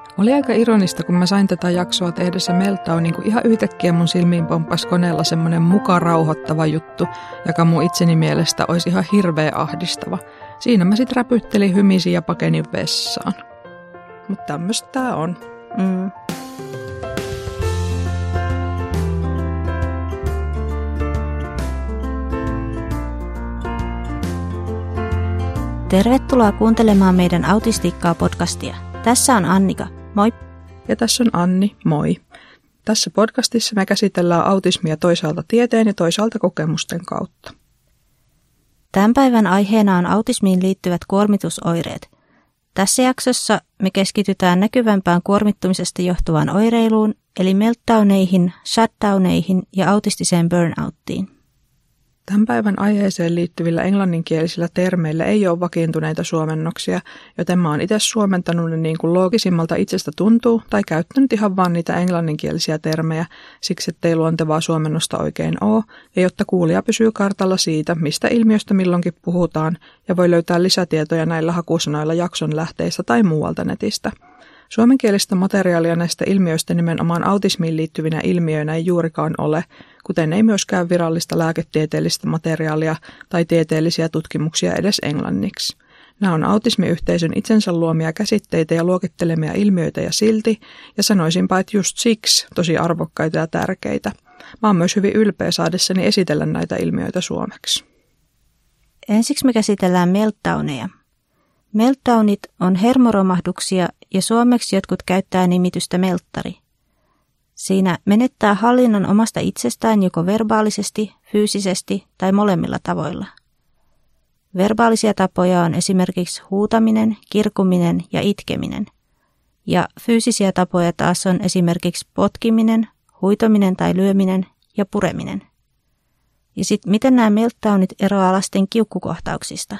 Oli aika ironista, kun mä sain tätä jaksoa tehdessä meltdown, niin kuin ihan yhtäkkiä mun silmiin pomppasi koneella semmoinen muka rauhoittava juttu, joka mun itseni mielestä olisi ihan hirveä ahdistava. Siinä mä sit räpyttelin, hymisin ja pakenin vessaan. Mutta tämmöistä tää on. Tervetuloa kuuntelemaan meidän Autistikkaa-podcastia. Tässä on Annika, moi! Ja tässä on Anni, moi! Tässä podcastissa me käsitellään autismia toisaalta tieteen ja toisaalta kokemusten kautta. Tämän päivän aiheena on autismiin liittyvät kuormitusoireet. Tässä jaksossa me keskitytään näkyvämpään kuormittumisesta johtuvaan oireiluun, eli meltdowneihin, shutdowneihin ja autistiseen burnouttiin. Tämän päivän aiheeseen liittyvillä englanninkielisillä termeillä ei ole vakiintuneita suomennoksia, joten mä oon itse suomentanut ne niin kuin loogisimmalta itsestä tuntuu tai käyttänyt ihan vaan niitä englanninkielisiä termejä siksi, ettei luontevaa suomennosta oikein ole ja jotta kuulija pysyy kartalla siitä, mistä ilmiöstä milloinkin puhutaan ja voi löytää lisätietoja näillä hakusanoilla jakson lähteistä tai muualta netistä. Suomenkielistä materiaalia näistä ilmiöistä nimenomaan autismiin liittyvinä ilmiöinä ei juurikaan ole, kuten ei myöskään virallista lääketieteellistä materiaalia tai tieteellisiä tutkimuksia edes englanniksi. Nämä on autismiyhteisön itsensä luomia käsitteitä ja luokittelemia ilmiöitä ja silti, ja sanoisinpa, että just siksi tosi arvokkaita ja tärkeitä. Mä oon myös hyvin ylpeä saadessani esitellä näitä ilmiöitä suomeksi. Ensiksi me käsitellään meltdowneja. Meltdownit on hermoromahduksia ja suomeksi jotkut käyttää nimitystä melttari. Siinä menettää hallinnan omasta itsestään joko verbaalisesti, fyysisesti tai molemmilla tavoilla. Verbaalisia tapoja on esimerkiksi huutaminen, kirkuminen ja itkeminen. Ja fyysisiä tapoja taas on esimerkiksi potkiminen, huitominen tai lyöminen ja pureminen. Ja sitten miten nämä meltdownit eroaa lasten kiukkukohtauksista?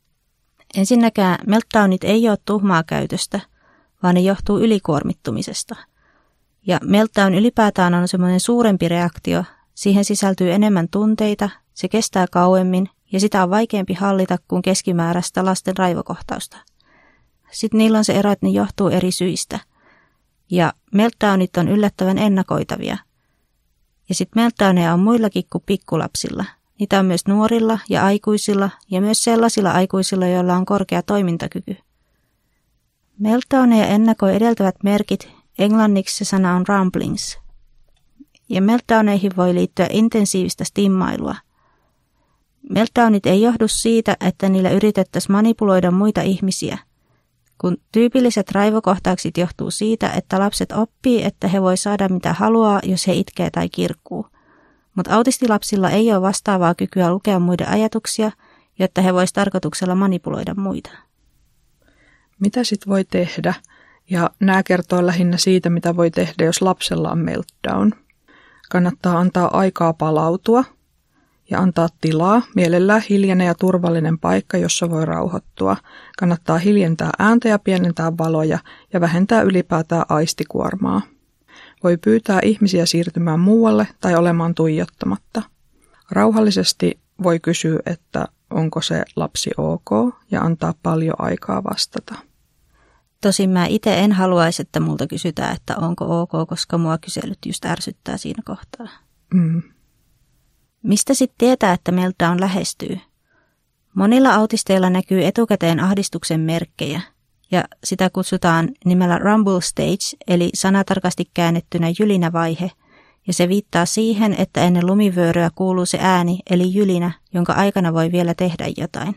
Ensinnäkään meltdownit ei ole tuhmaa käytöstä, vaan ne johtuu ylikuormittumisesta. Ja meltdown ylipäätään on semmoinen suurempi reaktio, siihen sisältyy enemmän tunteita, se kestää kauemmin ja sitä on vaikeampi hallita kuin keskimääräistä lasten raivokohtausta. Sitten niillä on se ero, että ne johtuu eri syistä. Ja meltdownit on yllättävän ennakoitavia. Ja sitten meltdowneja on muillakin kuin pikkulapsilla. Niitä on myös nuorilla ja aikuisilla ja myös sellaisilla aikuisilla, joilla on korkea toimintakyky. Meltdowneja ennakoi edeltävät merkit, englanniksi se sana on rumblings. Ja meltdowneihin voi liittyä intensiivistä stimmailua. Meltdownit ei johdu siitä, että niillä yritettäisiin manipuloida muita ihmisiä, kun tyypilliset raivokohtaukset johtuu siitä, että lapset oppii, että he voi saada mitä haluaa, jos he itkee tai kirkkuu. Mutta autistilapsilla ei ole vastaavaa kykyä lukea muiden ajatuksia, jotta he voisivat tarkoituksella manipuloida muita. Mitä sitten voi tehdä? Ja nämä kertoo lähinnä siitä, mitä voi tehdä, jos lapsella on meltdown. Kannattaa antaa aikaa palautua ja antaa tilaa, mielellään hiljainen ja turvallinen paikka, jossa voi rauhoittua. Kannattaa hiljentää ääntä ja pienentää valoja ja vähentää ylipäätään aistikuormaa. Voi pyytää ihmisiä siirtymään muualle tai olemaan tuijottamatta. Rauhallisesti voi kysyä, että onko se lapsi ok ja antaa paljon aikaa vastata. Tosin mä itse en haluaisi, että multa kysytään, että onko ok, koska mua kyselyt just ärsyttää siinä kohtaa. Mistä sitten tietää, että meltdown lähestyy? Monilla autisteilla näkyy etukäteen ahdistuksen merkkejä. Ja sitä kutsutaan nimellä rumble stage, eli sanatarkasti käännettynä jylinävaihe, ja se viittaa siihen, että ennen lumivyöryä kuuluu se ääni, eli jylinä, jonka aikana voi vielä tehdä jotain.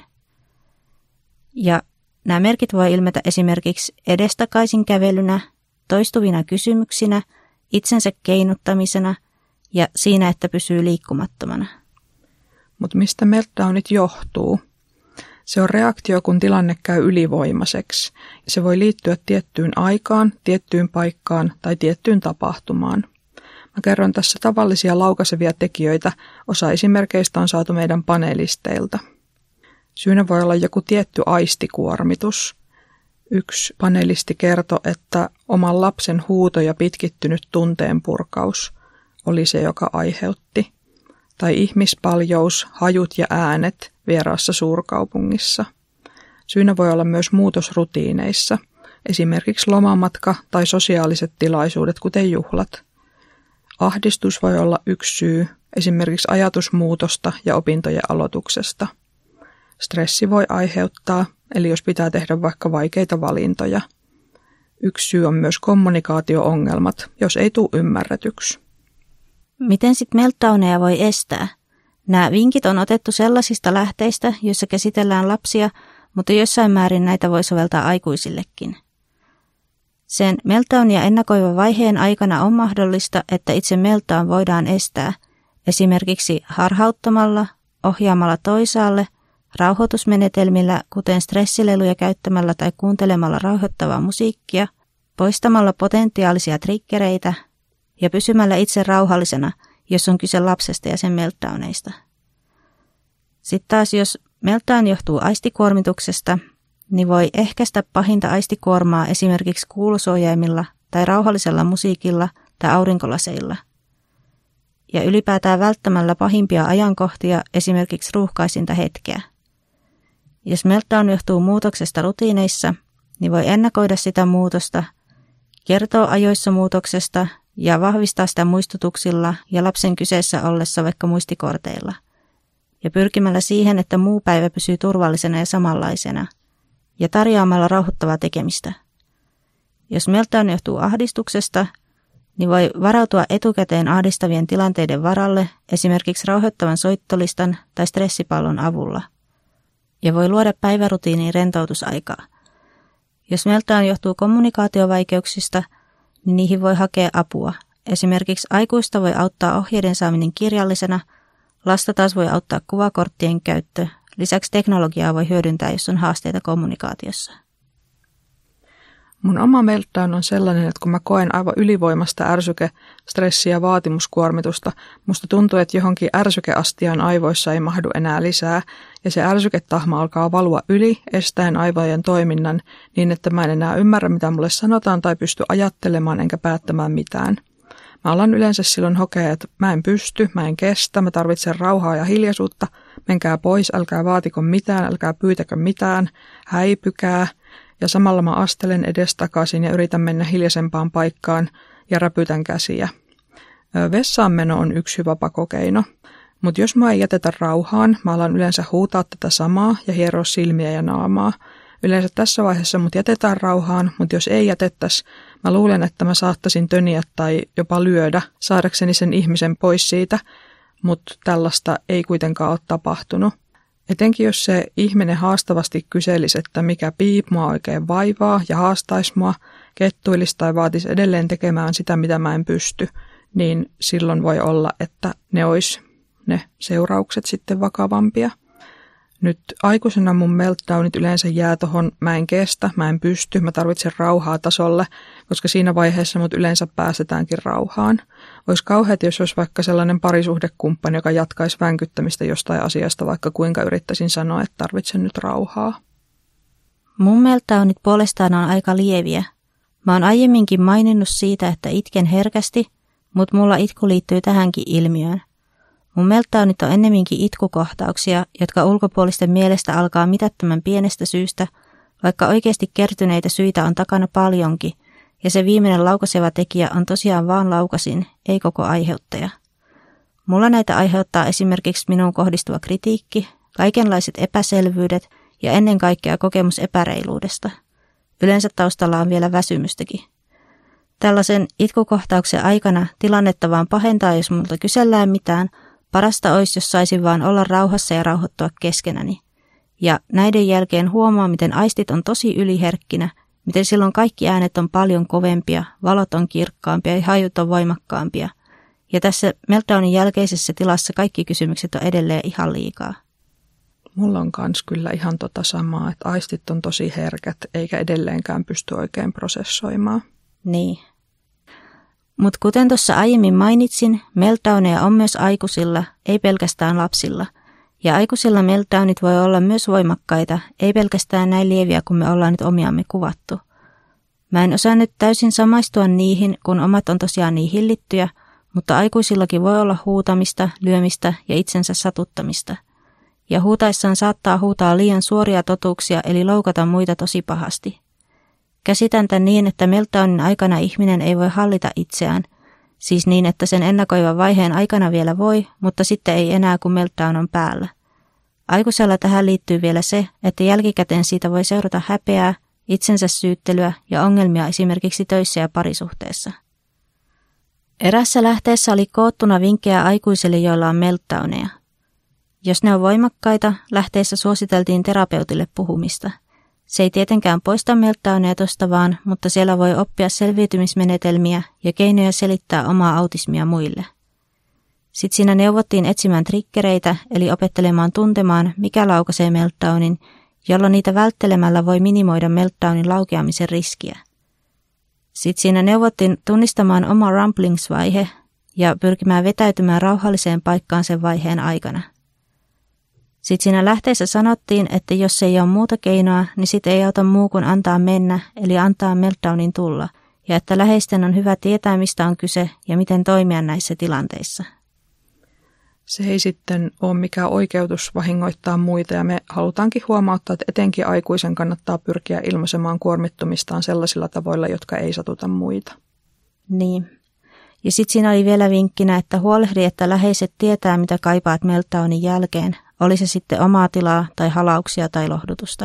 Ja nämä merkit voi ilmetä esimerkiksi edestakaisin kävelynä, toistuvina kysymyksinä, itsensä keinuttamisena ja siinä, että pysyy liikkumattomana. Mutta mistä meltdownit johtuu? Se on reaktio, kun tilanne käy ylivoimaiseksi. Se voi liittyä tiettyyn aikaan, tiettyyn paikkaan tai tiettyyn tapahtumaan. Mä kerron tässä tavallisia laukaisevia tekijöitä. Osa esimerkkeistä on saatu meidän panelisteilta. Syynä voi olla joku tietty aistikuormitus. Yksi panelisti kertoi, että oman lapsen huuto ja pitkittynyt tunteenpurkaus oli se, joka aiheutti. Tai ihmispaljous, hajut ja äänet vieraassa suurkaupungissa. Syynä voi olla myös muutos rutiineissa. esimerkiksi lomamatka tai sosiaaliset tilaisuudet, kuten juhlat. Ahdistus voi olla yksi syy, esimerkiksi ajatusmuutosta ja opintojen aloituksesta. Stressi voi aiheuttaa, eli jos pitää tehdä vaikka vaikeita valintoja. Yksi syy on myös kommunikaatio-ongelmat, jos ei tule ymmärretyksi. Miten sitten meltdowneja voi estää? Nämä vinkit on otettu sellaisista lähteistä, joissa käsitellään lapsia, mutta jossain määrin näitä voi soveltaa aikuisillekin. Sen meltdownia ennakoivan vaiheen aikana on mahdollista, että itse meltdown voidaan estää esimerkiksi harhauttamalla, ohjaamalla toisaalle, rauhoitusmenetelmillä, kuten stressileluja käyttämällä tai kuuntelemalla rauhoittavaa musiikkia, poistamalla potentiaalisia triggereitä ja pysymällä itse rauhallisena, jos on kyse lapsesta ja sen meltdowneista. Sitten taas, jos meltdown johtuu aistikuormituksesta, niin voi ehkäistä pahinta aistikuormaa esimerkiksi kuulosuojaimilla tai rauhallisella musiikilla tai aurinkolaseilla. Ja ylipäätään välttämällä pahimpia ajankohtia, esimerkiksi ruuhkaisinta hetkeä. Jos meltdown johtuu muutoksesta rutiineissa, niin voi ennakoida sitä muutosta, kertoa ajoissa muutoksesta ja vahvistaa sitä muistutuksilla ja lapsen kyseessä ollessa vaikka muistikorteilla. Ja pyrkimällä siihen, että muu päivä pysyy turvallisena ja samanlaisena. Ja tarjoamalla rauhoittavaa tekemistä. Jos meltdown johtuu ahdistuksesta, niin voi varautua etukäteen ahdistavien tilanteiden varalle esimerkiksi rauhoittavan soittolistan tai stressipallon avulla. Ja voi luoda päivärutiiniin rentoutusaikaa. Jos meltdown johtuu kommunikaatiovaikeuksista, niin niihin voi hakea apua. Esimerkiksi aikuista voi auttaa ohjeiden saaminen kirjallisena, lasta taas voi auttaa kuvakorttien käyttö. Lisäksi teknologiaa voi hyödyntää, jos on haasteita kommunikaatiossa. Mun oma meltdown on sellainen, että kun mä koen aivan ylivoimasta ärsyke, stressiä ja vaatimuskuormitusta, musta tuntuu, että johonkin ärsykeastiaan aivoissa ei mahdu enää lisää, ja se ärsyketahma alkaa valua yli, estäen aivojen toiminnan niin, että mä en enää ymmärrä, mitä mulle sanotaan tai pysty ajattelemaan enkä päättämään mitään. Mä alan yleensä silloin hokea, että mä en pysty, mä en kestä, mä tarvitsen rauhaa ja hiljaisuutta, menkää pois, älkää vaatiko mitään, älkää pyytäkö mitään, häipykää. Ja samalla mä astelen edestakaisin ja yritän mennä hiljaisempaan paikkaan ja räpytän käsiä. Vessaan meno on yksi hyvä pakokeino, mutta jos mä ei jätetä rauhaan, mä alan yleensä huutaa tätä samaa ja hieroa silmiä ja naamaa. Yleensä tässä vaiheessa mut jätetään rauhaan, mutta jos ei jätettäisi, mä luulen, että mä saattaisin töniä tai jopa lyödä saadakseni sen ihmisen pois siitä, mutta tällaista ei kuitenkaan ole tapahtunut. Etenkin jos se ihminen haastavasti kyselisi, että mikä mua oikein vaivaa ja haastaisi mua, kettuilisi tai vaatisi edelleen tekemään sitä, mitä mä en pysty, niin silloin voi olla, että ne olisi ne seuraukset sitten vakavampia. Nyt aikuisena mun meltdownit yleensä jää tohon mä en kestä, mä en pysty, mä tarvitsen rauhaa tasolle, koska siinä vaiheessa mut yleensä päästetäänkin rauhaan. Olisi kauheat, jos olisi vaikka sellainen parisuhdekumppani, joka jatkaisi vänkyttämistä jostain asiasta, vaikka kuinka yrittäisin sanoa, että tarvitsen nyt rauhaa. Mun meltdownit puolestaan on aika lieviä. Mä oon aiemminkin maininnut siitä, että itken herkästi, mutta mulla itku liittyy tähänkin ilmiöön. Mun meltdownit on ennemminkin itkukohtauksia, jotka ulkopuolisten mielestä alkaa mitättömän pienestä syystä, vaikka oikeasti kertyneitä syitä on takana paljonkin, ja se viimeinen laukaiseva tekijä on tosiaan vaan laukasin, ei koko aiheuttaja. Mulla näitä aiheuttaa esimerkiksi minuun kohdistuva kritiikki, kaikenlaiset epäselvyydet ja ennen kaikkea kokemus epäreiluudesta. Yleensä taustalla on vielä väsymystäkin. Tällaisen itkukohtauksen aikana tilannetta vaan pahentaa, jos multa kysellään mitään. Parasta olisi, jos saisin vaan olla rauhassa ja rauhoittua keskenäni. Ja näiden jälkeen huomaa, miten aistit on tosi yliherkkinä, miten silloin kaikki äänet on paljon kovempia, valot on kirkkaampia ja hajut on voimakkaampia. Ja tässä meltdownin jälkeisessä tilassa kaikki kysymykset on edelleen ihan liikaa. Mulla on kans kyllä ihan samaa, että aistit on tosi herkät eikä edelleenkään pysty oikein prosessoimaan. Niin. Mutta kuten tuossa aiemmin mainitsin, meltdowneja on myös aikuisilla, ei pelkästään lapsilla. Ja aikuisilla meltdownit voi olla myös voimakkaita, ei pelkästään näin lieviä kuin me ollaan nyt omiamme kuvattu. Mä en osaa nyt täysin samaistua niihin, kun omat on tosiaan niin hillittyjä, mutta aikuisillakin voi olla huutamista, lyömistä ja itsensä satuttamista. Ja huutaessaan saattaa huutaa liian suoria totuuksia eli loukata muita tosi pahasti. Käsitän tämän niin, että meltdownin aikana ihminen ei voi hallita itseään. Siis niin, että sen ennakoivan vaiheen aikana vielä voi, mutta sitten ei enää, kun meltdown on päällä. Aikuisella tähän liittyy vielä se, että jälkikäteen siitä voi seurata häpeää, itsensä syyttelyä ja ongelmia esimerkiksi töissä ja parisuhteessa. Erässä lähteessä oli koottuna vinkkejä aikuisille, joilla on meltdowneja. Jos ne on voimakkaita, lähteessä suositeltiin terapeutille puhumista. Se ei tietenkään poista meltdowneja tosta vaan, mutta siellä voi oppia selviytymismenetelmiä ja keinoja selittää omaa autismia muille. Sitten siinä neuvottiin etsimään triggereitä, eli opettelemaan tuntemaan, mikä laukaisee meltdownin, jolloin niitä välttelemällä voi minimoida meltdownin laukeamisen riskiä. Sitten siinä neuvottiin tunnistamaan oma rumblings-vaihe ja pyrkimään vetäytymään rauhalliseen paikkaan sen vaiheen aikana. Sitten siinä lähteessä sanottiin, että jos ei ole muuta keinoa, niin sitten ei auta muu kuin antaa mennä, eli antaa meltdownin tulla, ja että läheisten on hyvä tietää, mistä on kyse ja miten toimia näissä tilanteissa. Se ei sitten ole mikään oikeutus vahingoittaa muita, ja me halutaankin huomauttaa, että etenkin aikuisen kannattaa pyrkiä ilmaisemaan kuormittumistaan sellaisilla tavoilla, jotka ei satuta muita. Niin. Ja sitten siinä oli vielä vinkkinä, että huolehdi, että läheiset tietää, mitä kaipaat meltdownin jälkeen, oli se sitten omaa tilaa tai halauksia tai lohdutusta.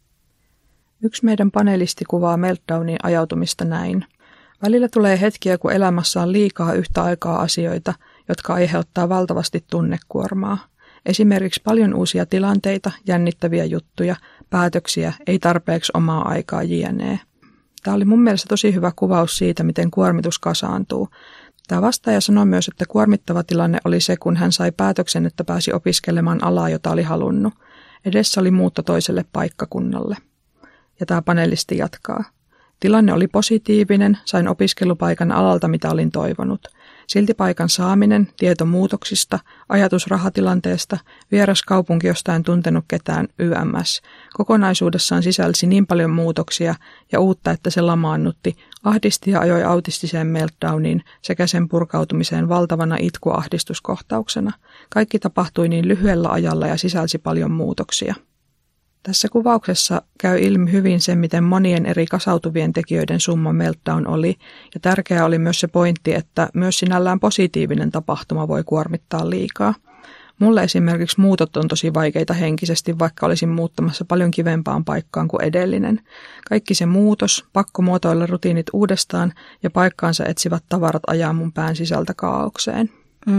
Yksi meidän panelisti kuvaa meltdownin ajautumista näin. Välillä tulee hetkiä, kun elämässä on liikaa yhtä aikaa asioita, jotka aiheuttaa valtavasti tunnekuormaa. Esimerkiksi paljon uusia tilanteita, jännittäviä juttuja, päätöksiä, ei tarpeeksi omaa aikaa jne. Tämä oli mun mielestä tosi hyvä kuvaus siitä, miten kuormitus kasaantuu. Tämä vastaaja sanoi myös, että kuormittava tilanne oli se, kun hän sai päätöksen, että pääsi opiskelemaan alaa, jota oli halunnut. Edessä oli muutto toiselle paikkakunnalle. Ja tämä panelisti jatkaa. Tilanne oli positiivinen, sain opiskelupaikan alalta, mitä olin toivonut. Silti paikan saaminen, tieto muutoksista, ajatus rahatilanteesta, vieras kaupunki, josta en tuntenut ketään, YMS. Kokonaisuudessaan sisälsi niin paljon muutoksia ja uutta, että se lamaannutti, ahdisti ja ajoi autistiseen meltdowniin sekä sen purkautumiseen valtavana itkuahdistuskohtauksena. Kaikki tapahtui niin lyhyellä ajalla ja sisälsi paljon muutoksia. Tässä kuvauksessa käy ilmi hyvin se, miten monien eri kasautuvien tekijöiden summa meltdown oli, ja tärkeää oli myös se pointti, että myös sinällään positiivinen tapahtuma voi kuormittaa liikaa. Mulle esimerkiksi muutot on tosi vaikeita henkisesti, vaikka olisin muuttamassa paljon kivempaan paikkaan kuin edellinen. Kaikki se muutos, pakko muotoilla rutiinit uudestaan ja paikkaansa etsivät tavarat ajaa mun pään sisältä kaaukseen.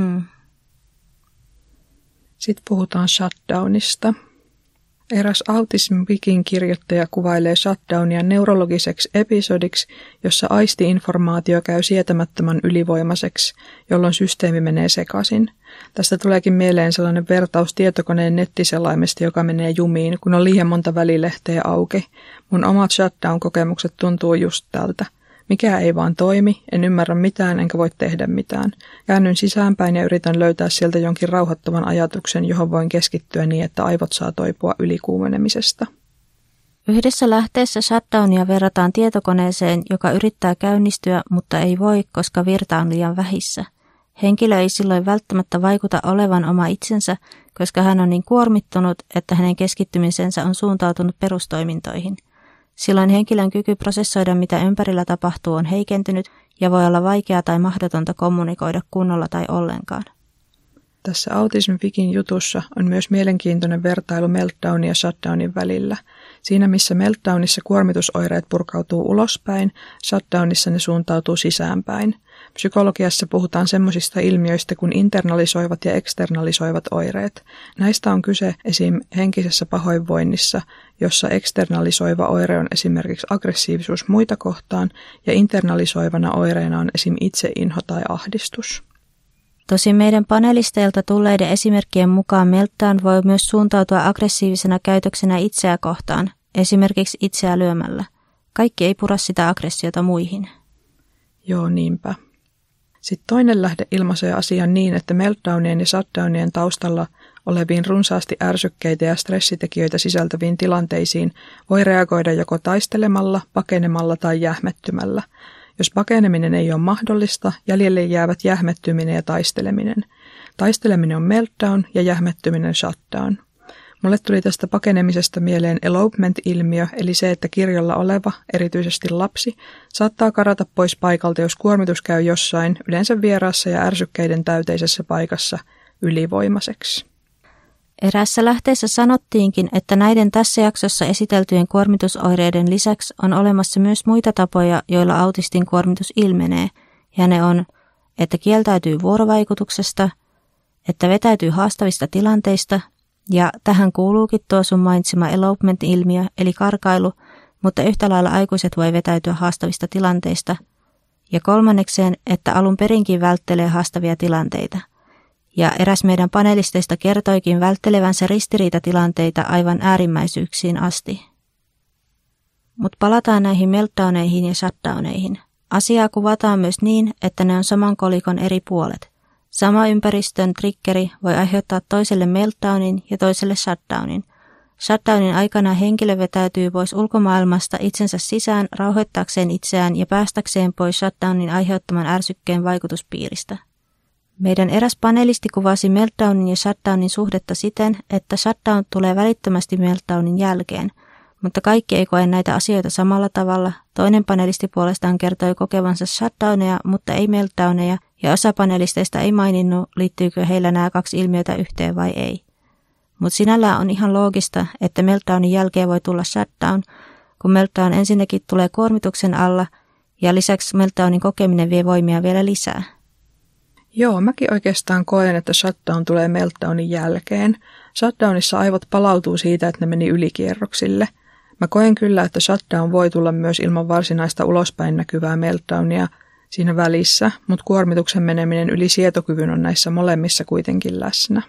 Sitten puhutaan shutdownista. Eräs Autism Wikin kirjoittaja kuvailee shutdownia neurologiseksi episodiksi, jossa aisti-informaatio käy sietämättömän ylivoimaiseksi, jolloin systeemi menee sekaisin. Tästä tuleekin mieleen sellainen vertaus tietokoneen nettiselaimesta, joka menee jumiin, kun on liian monta välilehteä auki. Mun omat shutdown-kokemukset tuntuu just tältä. Mikään ei vaan toimi, en ymmärrä mitään enkä voi tehdä mitään. Käännyn sisäänpäin ja yritän löytää sieltä jonkin rauhoittavan ajatuksen, johon voin keskittyä niin, että aivot saa toipua ylikuumenemisesta. Yhdessä lähteessä shutdownia verrataan tietokoneeseen, joka yrittää käynnistyä, mutta ei voi, koska virta on liian vähissä. Henkilö ei silloin välttämättä vaikuta olevan oma itsensä, koska hän on niin kuormittunut, että hänen keskittymisensä on suuntautunut perustoimintoihin. Silloin henkilön kyky prosessoida, mitä ympärillä tapahtuu, on heikentynyt ja voi olla vaikeaa tai mahdotonta kommunikoida kunnolla tai ollenkaan. Tässä Autism Wikin jutussa on myös mielenkiintoinen vertailu meltdownin ja shutdownin välillä. Siinä missä meltdownissa kuormitusoireet purkautuu ulospäin, shutdownissa ne suuntautuu sisäänpäin. Psykologiassa puhutaan semmoisista ilmiöistä kuin internalisoivat ja eksternalisoivat oireet. Näistä on kyse esim. Henkisessä pahoinvoinnissa, jossa eksternalisoiva oire on esimerkiksi aggressiivisuus muita kohtaan ja internalisoivana oireena on esim. Itseinho tai ahdistus. Tosin meidän panelisteilta tulleiden esimerkkien mukaan meltdown voi myös suuntautua aggressiivisena käytöksenä itseä kohtaan, esimerkiksi itseä lyömällä. Kaikki ei pura sitä aggressiota muihin. Joo, niinpä. Sitten toinen lähde ilmaisee asian niin, että meltdownien ja shutdownien taustalla oleviin runsaasti ärsykkeitä ja stressitekijöitä sisältäviin tilanteisiin voi reagoida joko taistelemalla, pakenemalla tai jähmettymällä. Jos pakeneminen ei ole mahdollista, jäljelle jäävät jähmettyminen ja taisteleminen. Taisteleminen on meltdown ja jähmettyminen shutdown. Mulle tuli tästä pakenemisesta mieleen elopement-ilmiö, eli se, että kirjolla oleva, erityisesti lapsi, saattaa karata pois paikalta, jos kuormitus käy jossain, yleensä vieraassa ja ärsykkeiden täyteisessä paikassa, ylivoimaiseksi. Eräässä lähteessä sanottiinkin, että näiden tässä jaksossa esiteltyjen kuormitusoireiden lisäksi on olemassa myös muita tapoja, joilla autistin kuormitus ilmenee, ja ne on, että kieltäytyy vuorovaikutuksesta, että vetäytyy haastavista tilanteista, ja tähän kuuluukin tuo sun mainitsema elopement-ilmiö, eli karkailu, mutta yhtä lailla aikuiset voi vetäytyä haastavista tilanteista, ja kolmannekseen, että alun perinkin välttelee haastavia tilanteita. Ja eräs meidän panelisteista kertoikin välttelevänsä ristiriitatilanteita aivan äärimmäisyyksiin asti. Mutta palataan näihin meltdowneihin ja shutdowneihin. Asiaa kuvataan myös niin, että ne on saman kolikon eri puolet. Sama ympäristön triggeri voi aiheuttaa toiselle meltdownin ja toiselle shutdownin. Shutdownin aikana henkilö vetäytyy pois ulkomaailmasta itsensä sisään rauhoittaakseen itseään ja päästäkseen pois shutdownin aiheuttaman ärsykkeen vaikutuspiiristä. Meidän eräs panelisti kuvasi meltdownin ja shutdownin suhdetta siten, että shutdown tulee välittömästi meltdownin jälkeen, mutta kaikki ei koe näitä asioita samalla tavalla. Toinen panelisti puolestaan kertoi kokevansa shutdowneja, mutta ei meltdowneja, ja osa panelisteista ei maininnut, liittyykö heillä nämä kaksi ilmiötä yhteen vai ei. Mutta sinällään on ihan loogista, että meltdownin jälkeen voi tulla shutdown, kun meltdown ensinnäkin tulee kuormituksen alla, ja lisäksi meltdownin kokeminen vie voimia vielä lisää. Joo, mäkin oikeastaan koen, että shutdown tulee meltdownin jälkeen. Shutdownissa aivot palautuu siitä, että ne meni ylikierroksille. Mä koen kyllä, että shutdown voi tulla myös ilman varsinaista ulospäin näkyvää meltdownia siinä välissä, mutta kuormituksen meneminen yli sietokyvyn on näissä molemmissa kuitenkin läsnä.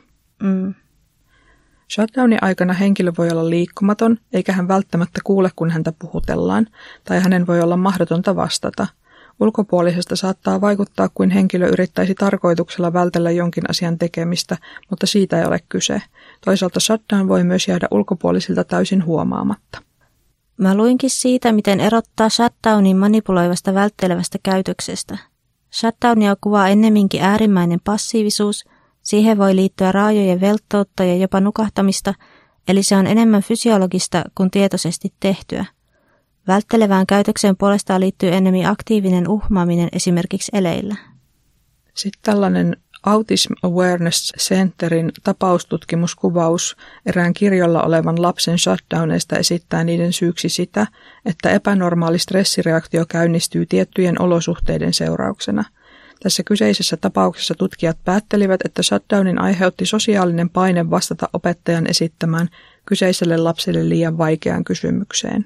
Shutdownin aikana henkilö voi olla liikkumaton, eikä hän välttämättä kuule, kun häntä puhutellaan, tai hänen voi olla mahdotonta vastata. Ulkopuolisesta saattaa vaikuttaa, kuin henkilö yrittäisi tarkoituksella vältellä jonkin asian tekemistä, mutta siitä ei ole kyse. Toisaalta shutdown voi myös jäädä ulkopuolisilta täysin huomaamatta. Mä luinkin siitä, miten erottaa shutdownin manipuloivasta välttelevästä käytöksestä. Shutdownia kuvaa ennemminkin äärimmäinen passiivisuus, siihen voi liittyä raajojen velttoutta ja jopa nukahtamista, eli se on enemmän fysiologista kuin tietoisesti tehtyä. Välttelevään käytökseen puolestaan liittyy ennemmin aktiivinen uhmaaminen esimerkiksi eleillä. Sitten tällainen Autism Awareness Centerin tapaustutkimuskuvaus erään kirjolla olevan lapsen shutdowneista esittää niiden syyksi sitä, että epänormaali stressireaktio käynnistyy tiettyjen olosuhteiden seurauksena. Tässä kyseisessä tapauksessa tutkijat päättelivät, että shutdownin aiheutti sosiaalinen paine vastata opettajan esittämään kyseiselle lapselle liian vaikeaan kysymykseen.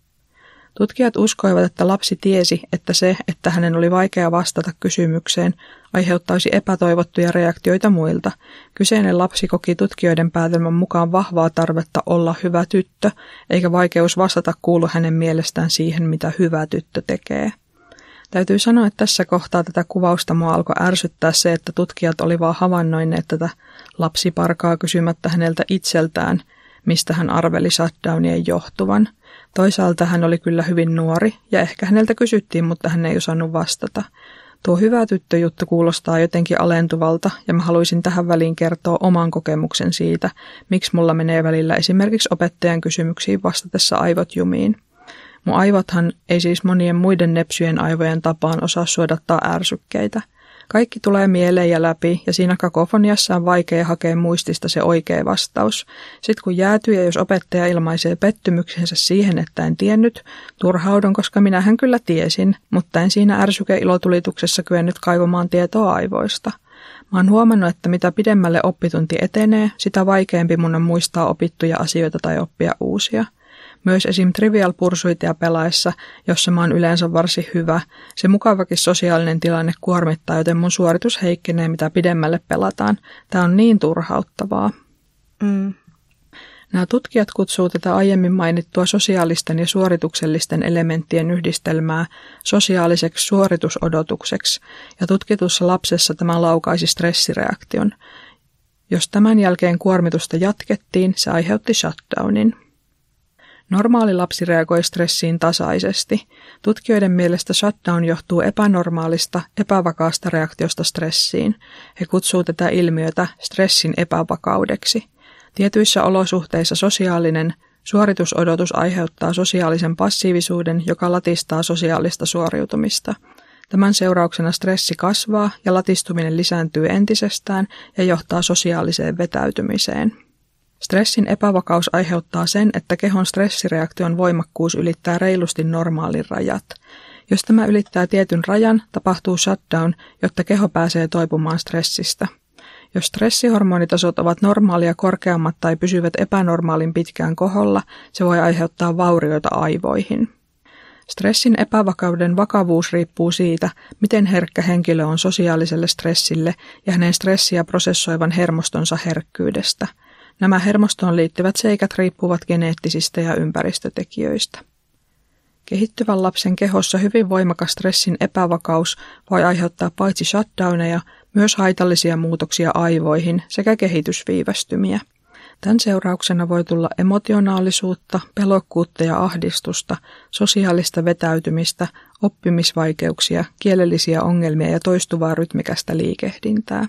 Tutkijat uskoivat, että lapsi tiesi, että se, että hänen oli vaikea vastata kysymykseen, aiheuttaisi epätoivottuja reaktioita muilta. Kyseinen lapsi koki tutkijoiden päätelmän mukaan vahvaa tarvetta olla hyvä tyttö, eikä vaikeus vastata kuulu hänen mielestään siihen, mitä hyvä tyttö tekee. Täytyy sanoa, että tässä kohtaa tätä kuvausta mua alkoi ärsyttää se, että tutkijat oli vaan havainnoineet tätä lapsiparkaa kysymättä häneltä itseltään, mistä hän arveli shutdownien johtuvan. Toisaalta hän oli kyllä hyvin nuori ja ehkä häneltä kysyttiin, mutta hän ei osannut vastata. Tuo hyvä tyttöjuttu kuulostaa jotenkin alentuvalta ja mä haluaisin tähän väliin kertoa oman kokemuksen siitä, miksi mulla menee välillä esimerkiksi opettajan kysymyksiin vastatessa aivot jumiin. Mun aivothan ei siis monien muiden nepsyjen aivojen tapaan osaa suodattaa ärsykkeitä. Kaikki tulee mieleen ja läpi, ja siinä kakofoniassa on vaikea hakea muistista se oikea vastaus. Sitten kun jäätyy ja jos opettaja ilmaisee pettymyksensä siihen, että en tiennyt, turhaudun, koska minähän kyllä tiesin, mutta en siinä ärsykeilotuituksessa kyennyt kaivamaan tietoa aivoista. Mä oon huomannut, että mitä pidemmälle oppitunti etenee, sitä vaikeampi mun on muistaa opittuja asioita tai oppia uusia. Myös esim. Trivial Pursuitia pelaessa, jossa mä oon yleensä varsin hyvä, se mukavakin sosiaalinen tilanne kuormittaa, joten mun suoritus heikkenee, mitä pidemmälle pelataan. Tää on niin turhauttavaa. Nämä tutkijat kutsuu tätä aiemmin mainittua sosiaalisten ja suorituksellisten elementtien yhdistelmää sosiaaliseksi suoritusodotukseksi, ja tutkitussa lapsessa tämä laukaisi stressireaktion. Jos tämän jälkeen kuormitusta jatkettiin, se aiheutti shutdownin. Normaali lapsi reagoi stressiin tasaisesti. Tutkijoiden mielestä shutdown johtuu epänormaalista, epävakaasta reaktiosta stressiin. He kutsuu tätä ilmiötä stressin epävakaudeksi. Tietyissä olosuhteissa sosiaalinen suoritusodotus aiheuttaa sosiaalisen passiivisuuden, joka latistaa sosiaalista suoriutumista. Tämän seurauksena stressi kasvaa ja latistuminen lisääntyy entisestään ja johtaa sosiaaliseen vetäytymiseen. Stressin epävakaus aiheuttaa sen, että kehon stressireaktion voimakkuus ylittää reilusti normaalin rajat. Jos tämä ylittää tietyn rajan, tapahtuu shutdown, jotta keho pääsee toipumaan stressistä. Jos stressihormonitasot ovat normaalia korkeammat tai pysyvät epänormaalin pitkään koholla, se voi aiheuttaa vaurioita aivoihin. Stressin epävakauden vakavuus riippuu siitä, miten herkkä henkilö on sosiaaliselle stressille ja hänen stressiä prosessoivan hermostonsa herkkyydestä. Nämä hermostoon liittyvät seikat riippuvat geneettisistä ja ympäristötekijöistä. Kehittyvän lapsen kehossa hyvin voimakas stressin epävakaus voi aiheuttaa paitsi shutdowneja, myös haitallisia muutoksia aivoihin sekä kehitysviivästymiä. Tämän seurauksena voi tulla emotionaalisuutta, pelokkuutta ja ahdistusta, sosiaalista vetäytymistä, oppimisvaikeuksia, kielellisiä ongelmia ja toistuvaa rytmikästä liikehdintää.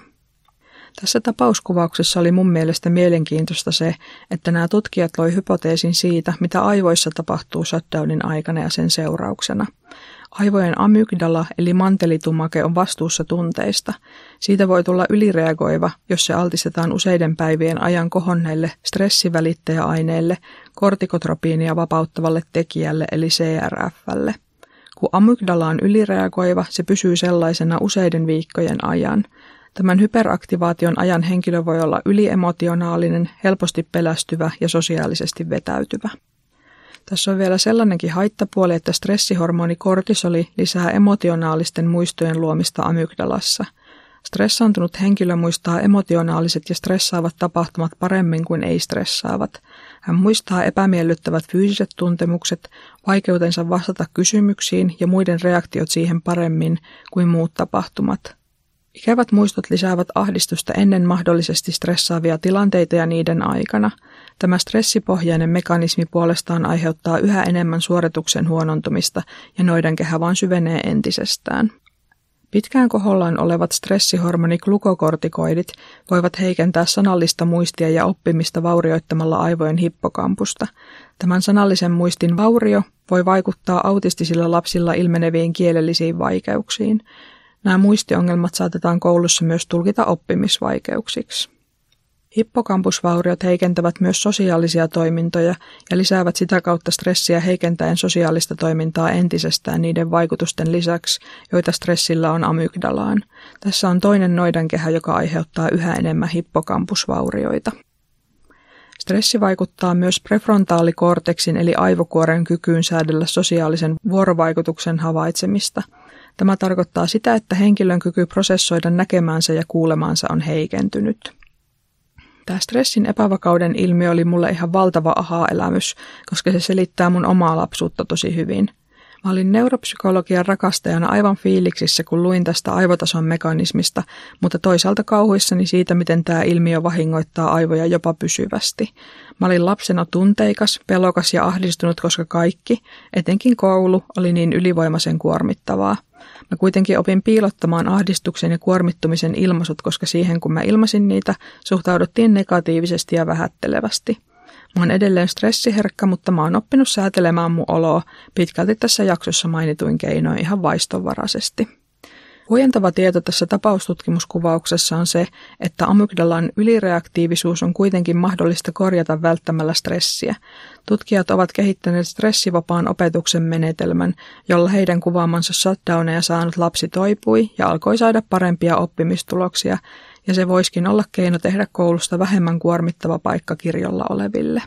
Tässä tapauskuvauksessa oli mun mielestä mielenkiintoista se, että nämä tutkijat loi hypoteesin siitä, mitä aivoissa tapahtuu shutdownin aikana ja sen seurauksena. Aivojen amygdala eli mantelitumake on vastuussa tunteista. Siitä voi tulla ylireagoiva, jos se altistetaan useiden päivien ajan kohonneille stressivälittäjäaineille, kortikotropiinia vapauttavalle tekijälle eli CRF:lle. Kun amygdala on ylireagoiva, se pysyy sellaisena useiden viikkojen ajan. Tämän hyperaktivaation ajan henkilö voi olla yliemotionaalinen, helposti pelästyvä ja sosiaalisesti vetäytyvä. Tässä on vielä sellainenkin haittapuoli, että stressihormoni kortisoli lisää emotionaalisten muistojen luomista amygdalassa. Stressaantunut henkilö muistaa emotionaaliset ja stressaavat tapahtumat paremmin kuin ei-stressaavat. Hän muistaa epämiellyttävät fyysiset tuntemukset, vaikeutensa vastata kysymyksiin ja muiden reaktiot siihen paremmin kuin muut tapahtumat. Ikävät muistot lisäävät ahdistusta ennen mahdollisesti stressaavia tilanteita ja niiden aikana. Tämä stressipohjainen mekanismi puolestaan aiheuttaa yhä enemmän suorituksen huonontumista ja noidankehä vaan syvenee entisestään. Pitkään kohollaan olevat stressihormoni-glukokortikoidit voivat heikentää sanallista muistia ja oppimista vaurioittamalla aivojen hippokampusta. Tämän sanallisen muistin vaurio voi vaikuttaa autistisilla lapsilla ilmeneviin kielellisiin vaikeuksiin. Nämä muistiongelmat saatetaan koulussa myös tulkita oppimisvaikeuksiksi. Hippokampusvauriot heikentävät myös sosiaalisia toimintoja ja lisäävät sitä kautta stressiä heikentäen sosiaalista toimintaa entisestään niiden vaikutusten lisäksi, joita stressillä on amygdalaan. Tässä on toinen noidankehä, joka aiheuttaa yhä enemmän hippokampusvaurioita. Stressi vaikuttaa myös prefrontaalikorteksin eli aivokuoren kykyyn säädellä sosiaalisen vuorovaikutuksen havaitsemista. Tämä tarkoittaa sitä, että henkilön kyky prosessoida näkemäänsä ja kuulemaansa on heikentynyt. Tämä stressin epävakauden ilmiö oli mulle ihan valtava aha-elämys, koska se selittää mun omaa lapsuutta tosi hyvin. Mä olin neuropsykologian rakastajana aivan fiiliksissä, kun luin tästä aivotason mekanismista, mutta toisaalta kauhuissani siitä, miten tämä ilmiö vahingoittaa aivoja jopa pysyvästi. Mä olin lapsena tunteikas, pelokas ja ahdistunut, koska kaikki, etenkin koulu, oli niin ylivoimaisen kuormittavaa. Mä kuitenkin opin piilottamaan ahdistuksen ja kuormittumisen ilmaisut, koska siihen kun mä ilmasin niitä, suhtauduttiin negatiivisesti ja vähättelevästi. Mä oon edelleen stressiherkkä, mutta mä oon oppinut säätelemään mun oloa pitkälti tässä jaksossa mainituin keinoin ihan vaistonvaraisesti. Huojentava tieto tässä tapaustutkimuskuvauksessa on se, että amygdalan ylireaktiivisuus on kuitenkin mahdollista korjata välttämällä stressiä. Tutkijat ovat kehittäneet stressivapaan opetuksen menetelmän, jolla heidän kuvaamansa shutdowneja saanut lapsi toipui ja alkoi saada parempia oppimistuloksia, ja se voisikin olla keino tehdä koulusta vähemmän kuormittava paikka kirjolla oleville.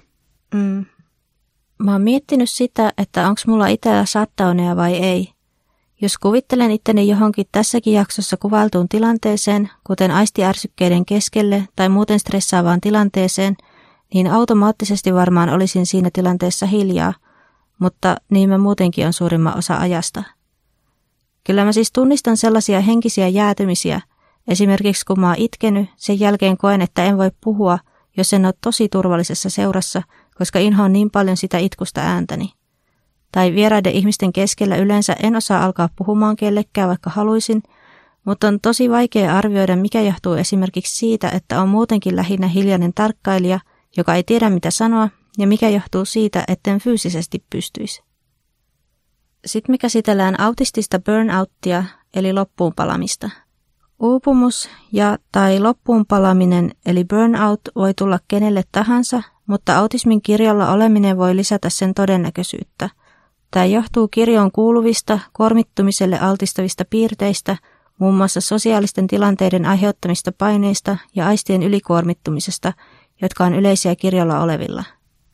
Mä oon miettinyt sitä, että onko mulla itsellä shutdowneja vai ei. Jos kuvittelen itteni johonkin tässäkin jaksossa kuvailtuun tilanteeseen, kuten aistiärsykkeiden keskelle tai muuten stressaavaan tilanteeseen, niin automaattisesti varmaan olisin siinä tilanteessa hiljaa, mutta niin mä muutenkin on suurimman osa ajasta. Kyllä mä siis tunnistan sellaisia henkisiä jäätymisiä, esimerkiksi kun mä oon itkenyt, sen jälkeen koen, että en voi puhua, jos en ole tosi turvallisessa seurassa, koska inhoan niin paljon sitä itkusta ääntäni. Tai vieraiden ihmisten keskellä yleensä en osaa alkaa puhumaan kellekään, vaikka haluaisin, mutta on tosi vaikea arvioida, mikä johtuu esimerkiksi siitä, että on muutenkin lähinnä hiljainen tarkkailija joka ei tiedä mitä sanoa ja mikä johtuu siitä, etten fyysisesti pystyisi. Sitten me käsitellään autistista burnouttia eli loppuunpalamista. Uupumus tai loppuunpalaminen eli burnout voi tulla kenelle tahansa, mutta autismin kirjolla oleminen voi lisätä sen todennäköisyyttä. Tämä johtuu kirjoon kuuluvista, kuormittumiselle altistavista piirteistä, muun muassa sosiaalisten tilanteiden aiheuttamista paineista ja aistien ylikuormittumisesta, jotka on yleisiä kirjolla olevilla.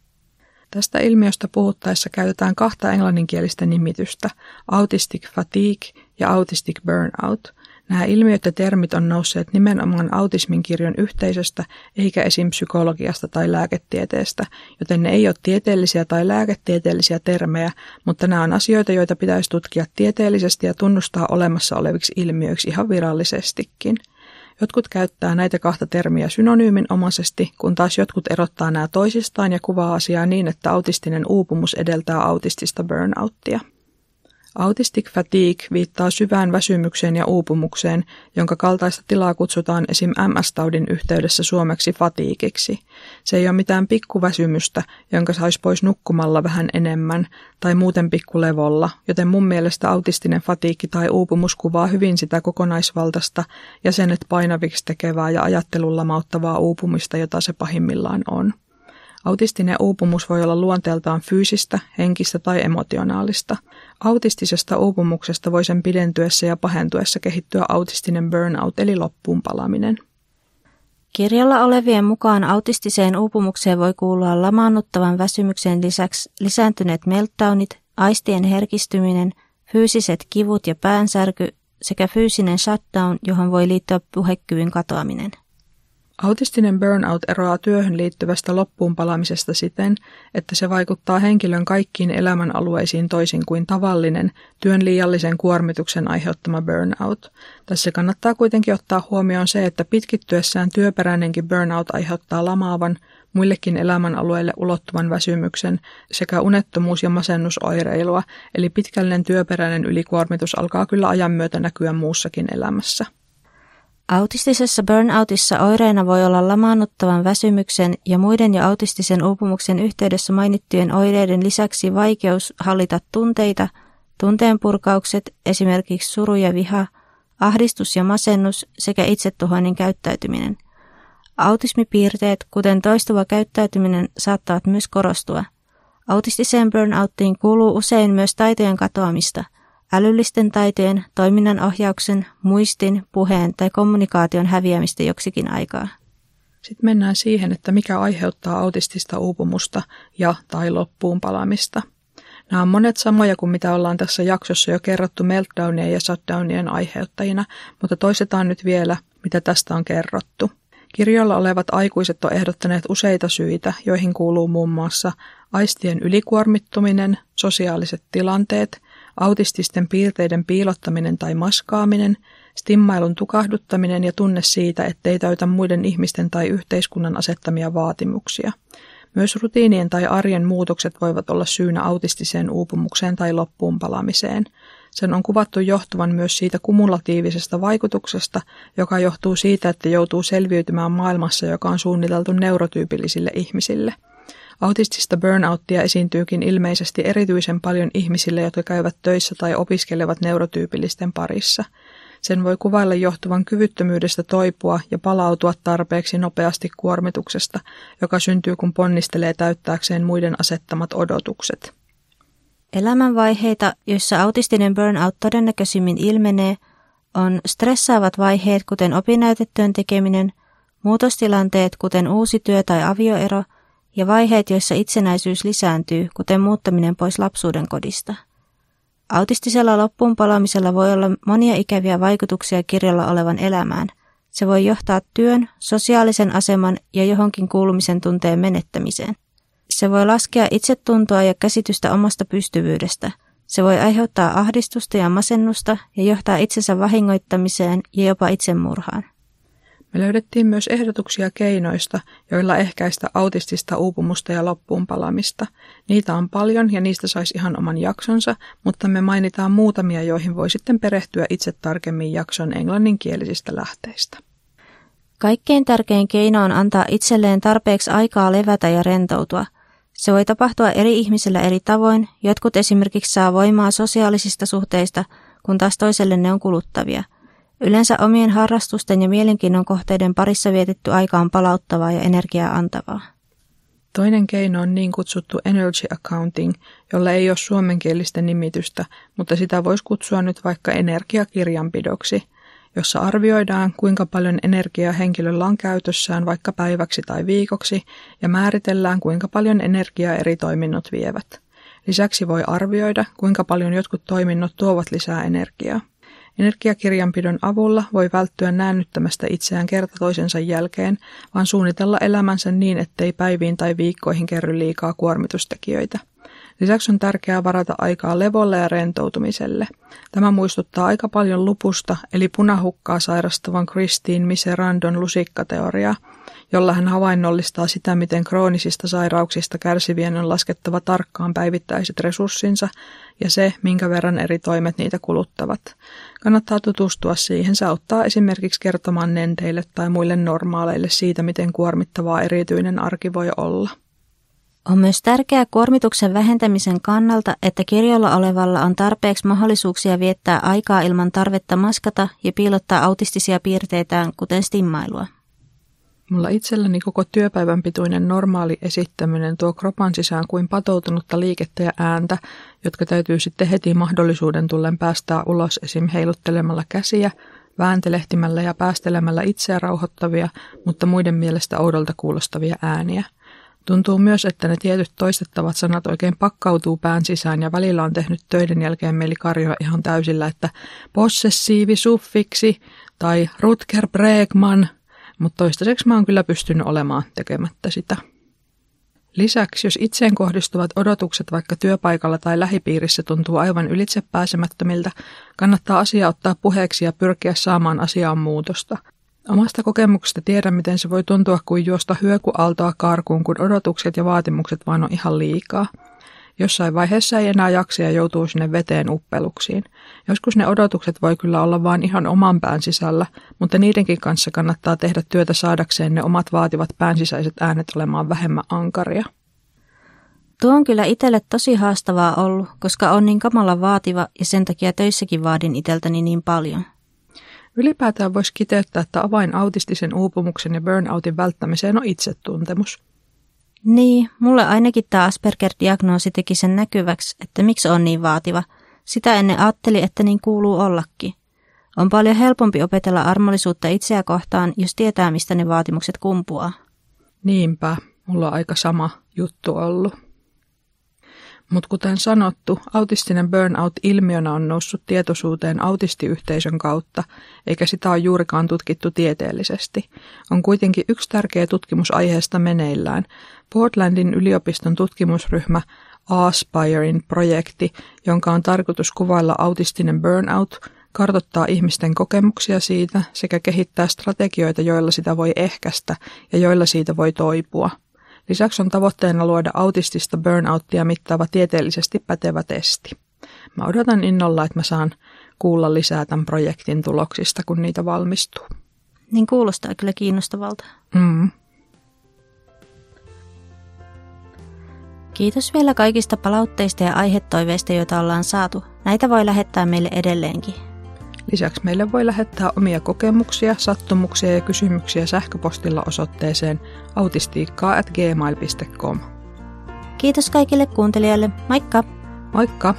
Tästä ilmiöstä puhuttaessa käytetään kahta englanninkielistä nimitystä, autistic fatigue ja autistic burnout. Nämä ilmiöt ja termit on nousseet nimenomaan autismin kirjon yhteisöstä, eikä esim. Psykologiasta tai lääketieteestä, joten ne ei ole tieteellisiä tai lääketieteellisiä termejä, mutta nämä on asioita, joita pitäisi tutkia tieteellisesti ja tunnustaa olemassa oleviksi ilmiöiksi ihan virallisestikin. Jotkut käyttää näitä kahta termiä synonyyminomaisesti, kun taas jotkut erottaa nämä toisistaan ja kuvaa asiaa niin, että autistinen uupumus edeltää autistista burnouttia. Autistic fatigue viittaa syvään väsymykseen ja uupumukseen, jonka kaltaista tilaa kutsutaan esim. MS-taudin yhteydessä suomeksi fatiikiksi. Se ei ole mitään pikkuväsymystä, jonka saisi pois nukkumalla vähän enemmän tai muuten pikkulevolla, joten mun mielestä autistinen fatiikki tai uupumus kuvaa hyvin sitä kokonaisvaltaista, jäsenet painaviksi tekevää ja ajattelun lamauttavaa uupumista, jota se pahimmillaan on. Autistinen uupumus voi olla luonteeltaan fyysistä, henkistä tai emotionaalista. Autistisesta uupumuksesta voi sen pidentyessä ja pahentuessa kehittyä autistinen burnout eli loppuunpalaminen. Kirjalla olevien mukaan autistiseen uupumukseen voi kuulua lamaannuttavan väsymyksen lisäksi lisääntyneet meltdownit, aistien herkistyminen, fyysiset kivut ja päänsärky sekä fyysinen shutdown, johon voi liittyä puhekyvyn katoaminen. Autistinen burnout eroaa työhön liittyvästä loppuunpalamisesta siten, että se vaikuttaa henkilön kaikkiin elämänalueisiin toisin kuin tavallinen, työn liiallisen kuormituksen aiheuttama burnout. Tässä kannattaa kuitenkin ottaa huomioon se, että pitkittyessään työperäinenkin burnout aiheuttaa lamaavan, muillekin elämänalueille ulottuvan väsymyksen sekä unettomuus- ja masennusoireilua, eli pitkällinen työperäinen ylikuormitus alkaa kyllä ajan myötä näkyä muussakin elämässä. Autistisessa burnoutissa oireena voi olla lamaannuttavan väsymyksen ja muiden ja autistisen uupumuksen yhteydessä mainittujen oireiden lisäksi vaikeus hallita tunteita, tunteenpurkaukset, esimerkiksi suru ja viha, ahdistus ja masennus sekä itsetuhoinen käyttäytyminen. Autismipiirteet, kuten toistuva käyttäytyminen, saattavat myös korostua. Autistiseen burnouttiin kuuluu usein myös taitojen katoamista, älyllisten taitojen, toiminnanohjauksen, muistin, puheen tai kommunikaation häviämistä joksikin aikaa. Sitten mennään siihen, että mikä aiheuttaa autistista uupumusta ja tai loppuunpalamista. Nämä on monet samoja kuin mitä ollaan tässä jaksossa jo kerrottu meltdownien ja shutdownien aiheuttajina, mutta toistetaan nyt vielä, mitä tästä on kerrottu. Kirjoilla olevat aikuiset on ehdottaneet useita syitä, joihin kuuluu muun muassa aistien ylikuormittuminen, sosiaaliset tilanteet, autististen piirteiden piilottaminen tai maskaaminen, stimmailun tukahduttaminen ja tunne siitä, ettei täytä muiden ihmisten tai yhteiskunnan asettamia vaatimuksia. Myös rutiinien tai arjen muutokset voivat olla syynä autistiseen uupumukseen tai loppuunpalamiseen. Sen on kuvattu johtuvan myös siitä kumulatiivisesta vaikutuksesta, joka johtuu siitä, että joutuu selviytymään maailmassa, joka on suunniteltu neurotyypillisille ihmisille. Autistista burnouttia esiintyykin ilmeisesti erityisen paljon ihmisille, jotka käyvät töissä tai opiskelevat neurotyypillisten parissa. Sen voi kuvailla johtuvan kyvyttömyydestä toipua ja palautua tarpeeksi nopeasti kuormituksesta, joka syntyy kun ponnistelee täyttääkseen muiden asettamat odotukset. Elämänvaiheita, joissa autistinen burnout todennäköisimmin ilmenee, on stressaavat vaiheet, kuten opinnäytetyön tekeminen, muutostilanteet, kuten uusi työ tai avioero, ja vaiheet, joissa itsenäisyys lisääntyy, kuten muuttaminen pois lapsuuden kodista. Autistisella loppuunpalaamisella voi olla monia ikäviä vaikutuksia kirjalla olevan elämään. Se voi johtaa työn, sosiaalisen aseman ja johonkin kuulumisen tunteen menettämiseen. Se voi laskea itsetuntoa ja käsitystä omasta pystyvyydestä. Se voi aiheuttaa ahdistusta ja masennusta ja johtaa itsensä vahingoittamiseen ja jopa itsemurhaan. Me löydettiin myös ehdotuksia keinoista, joilla ehkäistä autistista uupumusta ja loppuunpalamista. Niitä on paljon ja niistä saisi ihan oman jaksonsa, mutta me mainitaan muutamia, joihin voi sitten perehtyä itse tarkemmin jakson englanninkielisistä lähteistä. Kaikkein tärkein keino on antaa itselleen tarpeeksi aikaa levätä ja rentoutua. Se voi tapahtua eri ihmisillä eri tavoin. Jotkut esimerkiksi saa voimaa sosiaalisista suhteista, kun taas toiselle ne on kuluttavia. Yleensä omien harrastusten ja mielenkiinnon kohteiden parissa vietetty aika on palauttavaa ja energiaa antavaa. Toinen keino on niin kutsuttu energy accounting, jolla ei ole suomenkielistä nimitystä, mutta sitä voisi kutsua nyt vaikka energiakirjanpidoksi, jossa arvioidaan, kuinka paljon energiaa henkilöllä on käytössään vaikka päiväksi tai viikoksi ja määritellään, kuinka paljon energiaa eri toiminnot vievät. Lisäksi voi arvioida, kuinka paljon jotkut toiminnot tuovat lisää energiaa. Energiakirjanpidon avulla voi välttyä näännyttämästä itseään kerta toisensa jälkeen, vaan suunnitella elämänsä niin, ettei päiviin tai viikkoihin kerry liikaa kuormitustekijöitä. Lisäksi on tärkeää varata aikaa levolle ja rentoutumiselle. Tämä muistuttaa aika paljon lupusta, eli punahukkaa sairastavan Christine Miserandon lusikkateoriaa, jolla hän havainnollistaa sitä, miten kroonisista sairauksista kärsivien on laskettava tarkkaan päivittäiset resurssinsa ja se, minkä verran eri toimet niitä kuluttavat. Kannattaa tutustua siihen. Se auttaa esimerkiksi kertomaan nenteille tai muille normaaleille siitä, miten kuormittavaa erityinen arki voi olla. On myös tärkeää kuormituksen vähentämisen kannalta, että kirjolla olevalla on tarpeeksi mahdollisuuksia viettää aikaa ilman tarvetta maskata ja piilottaa autistisia piirteitään, kuten stimmailua. Mulla itselläni koko työpäivän pituinen normaali esittäminen tuo kropan sisään kuin patoutunutta liikettä ja ääntä, jotka täytyy sitten heti mahdollisuuden tullen päästää ulos esim. Heiluttelemalla käsiä, vääntelehtimällä ja päästelemällä itseä rauhoittavia, mutta muiden mielestä oudolta kuulostavia ääniä. Tuntuu myös, että ne tietyt toistettavat sanat oikein pakkautuu pään sisään ja välillä on tehnyt töiden jälkeen mieli karjoa ihan täysillä, että possessiivi suffiksi tai Rutger Bregman, mutta toistaiseksi mä oon kyllä pystynyt olemaan tekemättä sitä. Lisäksi, jos itseen kohdistuvat odotukset vaikka työpaikalla tai lähipiirissä tuntuu aivan ylitsepääsemättömiltä, kannattaa asia ottaa puheeksi ja pyrkiä saamaan asiaan muutosta. Omasta kokemuksesta tiedän, miten se voi tuntua kuin juosta hyökyaaltoa karkuun, kun odotukset ja vaatimukset vaan on ihan liikaa. Jossain vaiheessa ei enää jaksa ja joutuu sinne veteen uppeluksiin. Joskus ne odotukset voi kyllä olla vaan ihan oman pään sisällä, mutta niidenkin kanssa kannattaa tehdä työtä saadakseen ne omat vaativat päänsisäiset äänet olemaan vähemmän ankaria. Tuo on kyllä itselle tosi haastavaa ollut, koska on niin kamalan vaativa ja sen takia töissäkin vaadin itseltäni niin paljon. Ylipäätään voisi kiteyttää, että avain autistisen uupumuksen ja burnoutin välttämiseen on itsetuntemus. Niin, mulle ainakin tämä Asperger-diagnoosi teki sen näkyväksi, että miksi on niin vaativa. Sitä ennen ajatteli, että niin kuuluu ollakin. On paljon helpompi opetella armollisuutta itseä kohtaan, jos tietää, mistä ne vaatimukset kumpuaa. Niinpä, mulla on aika sama juttu ollut. Mutta kuten sanottu, autistinen burnout ilmiönä on noussut tietoisuuteen autistiyhteisön kautta, eikä sitä ole juurikaan tutkittu tieteellisesti. On kuitenkin yksi tärkeä tutkimus aiheesta meneillään. Portlandin yliopiston tutkimusryhmä Aspirein projekti, jonka on tarkoitus kuvailla autistinen burnout, kartoittaa ihmisten kokemuksia siitä sekä kehittää strategioita, joilla sitä voi ehkäistä ja joilla siitä voi toipua. Lisäksi on tavoitteena luoda autistista burnouttia mittaava tieteellisesti pätevä testi. Mä odotan innolla, että mä saan kuulla lisää tämän projektin tuloksista, kun niitä valmistuu. Niin kuulostaa kyllä kiinnostavalta. Kiitos vielä kaikista palautteista ja aihetoiveista, joita ollaan saatu. Näitä voi lähettää meille edelleenkin. Lisäksi meille voi lähettää omia kokemuksia, sattumuksia ja kysymyksiä sähköpostilla osoitteeseen autistiikkaa@gmail.com. Kiitos kaikille kuuntelijoille. Moikka! Moikka!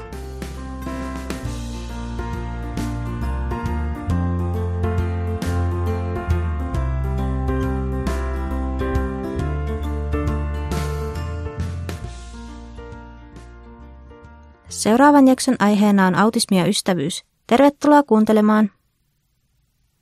Seuraavan jakson aiheena on autismi ja ystävyys. Tervetuloa kuuntelemaan!